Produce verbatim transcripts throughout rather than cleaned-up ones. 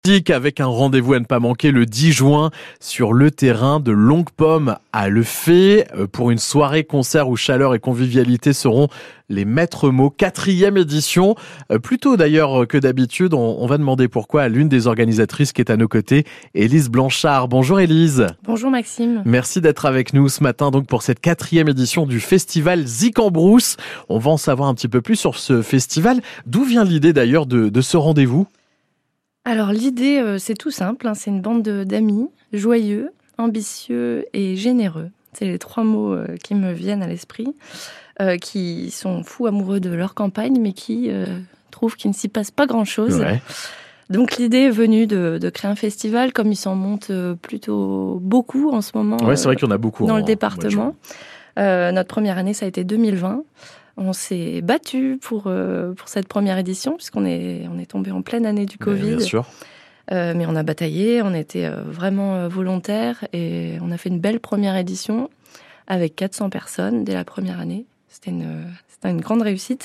Avec un rendez-vous à ne pas manquer le dix juin sur le terrain de Longue Pomme à Le Fay pour une soirée concert où chaleur et convivialité seront les maîtres mots. Quatrième édition, plus tôt d'ailleurs que d'habitude. On va demander pourquoi à l'une des organisatrices qui est à nos côtés, Élise Blanchard. Bonjour Élise. Bonjour Maxime. Merci d'être avec nous ce matin donc pour cette quatrième édition du festival Zik en Brousse. On va en savoir un petit peu plus sur ce festival. D'où vient l'idée d'ailleurs de, de ce rendez-vous ? Alors l'idée, euh, c'est tout simple, hein, c'est une bande de, d'amis joyeux, ambitieux et généreux. C'est les trois mots euh, qui me viennent à l'esprit, euh, qui sont fous amoureux de leur campagne, mais qui euh, trouvent qu'il ne s'y passe pas grand-chose. Ouais. Donc l'idée est venue de, de créer un festival, comme il s'en monte euh, plutôt beaucoup en ce moment. Ouais, c'est vrai qu'il y en a beaucoup dans en, le département. Euh, notre première année, ça a été deux mille vingt. On s'est battu pour, euh, pour cette première édition, puisqu'on est, on est tombé en pleine année du Covid. Bien sûr. Euh, mais on a bataillé, on était euh, vraiment euh, volontaires et on a fait une belle première édition avec quatre cents personnes dès la première année. C'était une, c'était une grande réussite.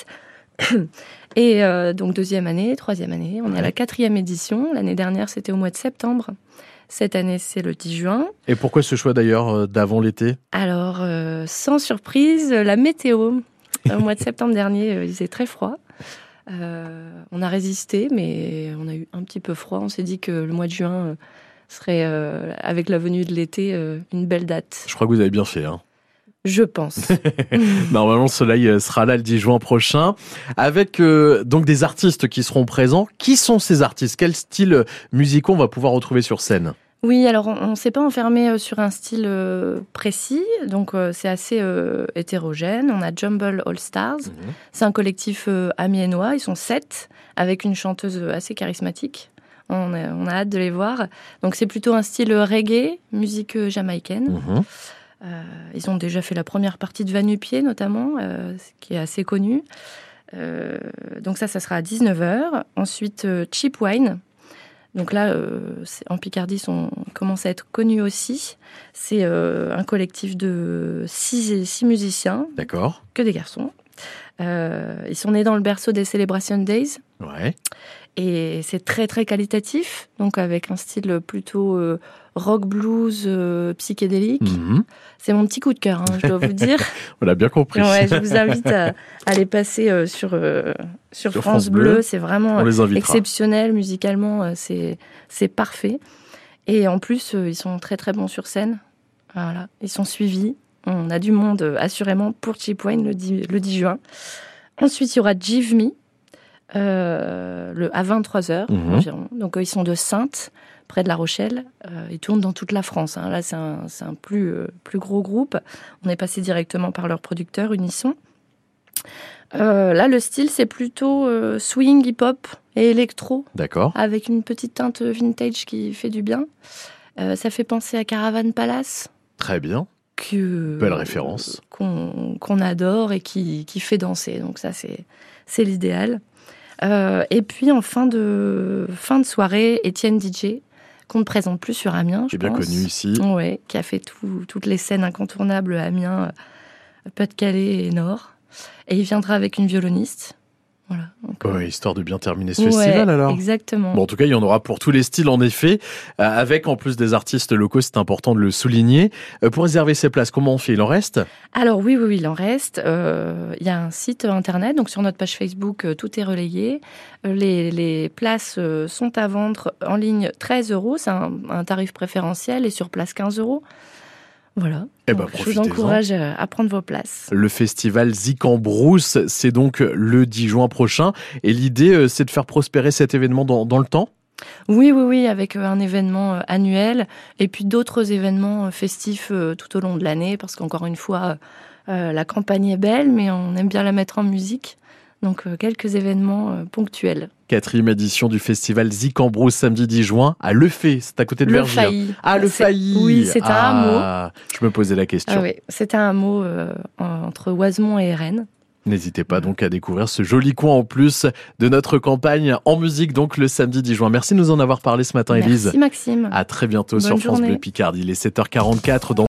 Et euh, donc deuxième année, troisième année, on est à la quatrième édition. L'année dernière, c'était au mois de septembre. Cette année, c'est le dix juin. Et pourquoi ce choix d'ailleurs d'avant l'été ? Alors, euh, sans surprise, la météo. Au mois de septembre dernier, il faisait très froid. Euh, on a résisté, mais on a eu un petit peu froid. On s'est dit que le mois de juin serait, euh, avec la venue de l'été, euh, une belle date. Je crois que vous avez bien fait. Hein. Je pense. Normalement, le soleil sera là le dix juin prochain, avec euh, donc des artistes qui seront présents. Qui sont ces artistes ? Quels styles musicaux on va pouvoir retrouver sur scène ? Oui, alors on ne s'est pas enfermé sur un style euh, précis, donc euh, c'est assez euh, hétérogène. On a Jumble All Stars, mmh. C'est un collectif euh, amiénois, ils sont sept, avec une chanteuse assez charismatique. On a, on a hâte de les voir. Donc c'est plutôt un style reggae, musique jamaïcaine. Mmh. Euh, ils ont déjà fait la première partie de Va-Nu-Pieds notamment, euh, qui est assez connue. Euh, donc ça, ça sera à dix-neuf heures. Ensuite, euh, Cheap Wine. Donc là, euh, en Picardie, on commence à être connus aussi. C'est euh, un collectif de six, six musiciens. D'accord. Que des garçons. Euh, ils sont nés dans le berceau des Celebration Days. Ouais. Et c'est très, très qualitatif. Donc avec un style plutôt euh, rock blues euh, psychédélique. Mm-hmm. C'est mon petit coup de cœur, hein, je dois vous dire. On l'a bien compris. Ouais, je vous invite à, à les passer euh, sur, euh, sur, sur France, France Bleu. Bleu. C'est vraiment exceptionnel musicalement. Euh, c'est, c'est parfait. Et en plus, euh, ils sont très, très bons sur scène. Voilà. Ils sont suivis. On a du monde, euh, assurément, pour Cheap Wine le dix, le dix juin. Ensuite, il y aura Give Me. Euh, le, à vingt-trois heures mmh. environ. Donc euh, ils sont de Saintes, près de La Rochelle. Euh, ils tournent dans toute la France. Hein. Là, c'est un, c'est un plus, euh, plus gros groupe. On est passé directement par leur producteur, Unisson. Euh, là, le style, c'est plutôt euh, swing, hip-hop et électro. D'accord. Avec une petite teinte vintage qui fait du bien. Euh, ça fait penser à Caravan Palace. Très bien. Que, Belle référence. Euh, qu'on, qu'on adore et qui, qui fait danser. Donc ça, c'est, c'est l'idéal. Euh, et puis en fin de, fin de soirée, Étienne D J, qu'on ne présente plus sur Amiens, je pense. Qui est bien connu ici. Ouais, qui a fait tout, toutes les scènes incontournables à Amiens, Pas-de-Calais et Nord. Et il viendra avec une violoniste. Voilà. Donc, ouais, histoire de bien terminer ce festival ouais, alors. Exactement. Bon, en tout cas, il y en aura pour tous les styles en effet, euh, avec en plus des artistes locaux, c'est important de le souligner. Euh, pour réserver ces places, comment on fait ? Il en reste ? Alors oui, oui, oui, il en reste. Euh, il y a un site internet, donc sur notre page Facebook, euh, tout est relayé. Euh, les, les places euh, sont à vendre en ligne treize euros, c'est un, un tarif préférentiel, et sur place quinze euros. Voilà. Eh ben, je vous encourage à prendre vos places. Le festival Zik en Brousse, c'est donc le dix juin prochain. Et l'idée, c'est de faire prospérer cet événement dans, dans le temps ? Oui, oui, oui, avec un événement annuel et puis d'autres événements festifs tout au long de l'année. Parce qu'encore une fois, euh, la campagne est belle, mais on aime bien la mettre en musique. Donc, euh, quelques événements euh, ponctuels. Quatrième édition du festival Zik en Brousse, samedi dix juin, à Le Fay, c'est à côté de Le Vergy. Failly. Ah, Le Failly. Oui, c'est un ah, hameau. Je me posais la question. Ah oui, c'est un hameau euh, entre Oisemont et Rennes. N'hésitez pas donc à découvrir ce joli coin en plus de notre campagne en musique, donc le samedi dix juin. Merci de nous en avoir parlé ce matin, Élise. Merci Maxime. À très bientôt. Bonne sur France Bleu Picardie. Il est sept heures quarante-quatre. Dans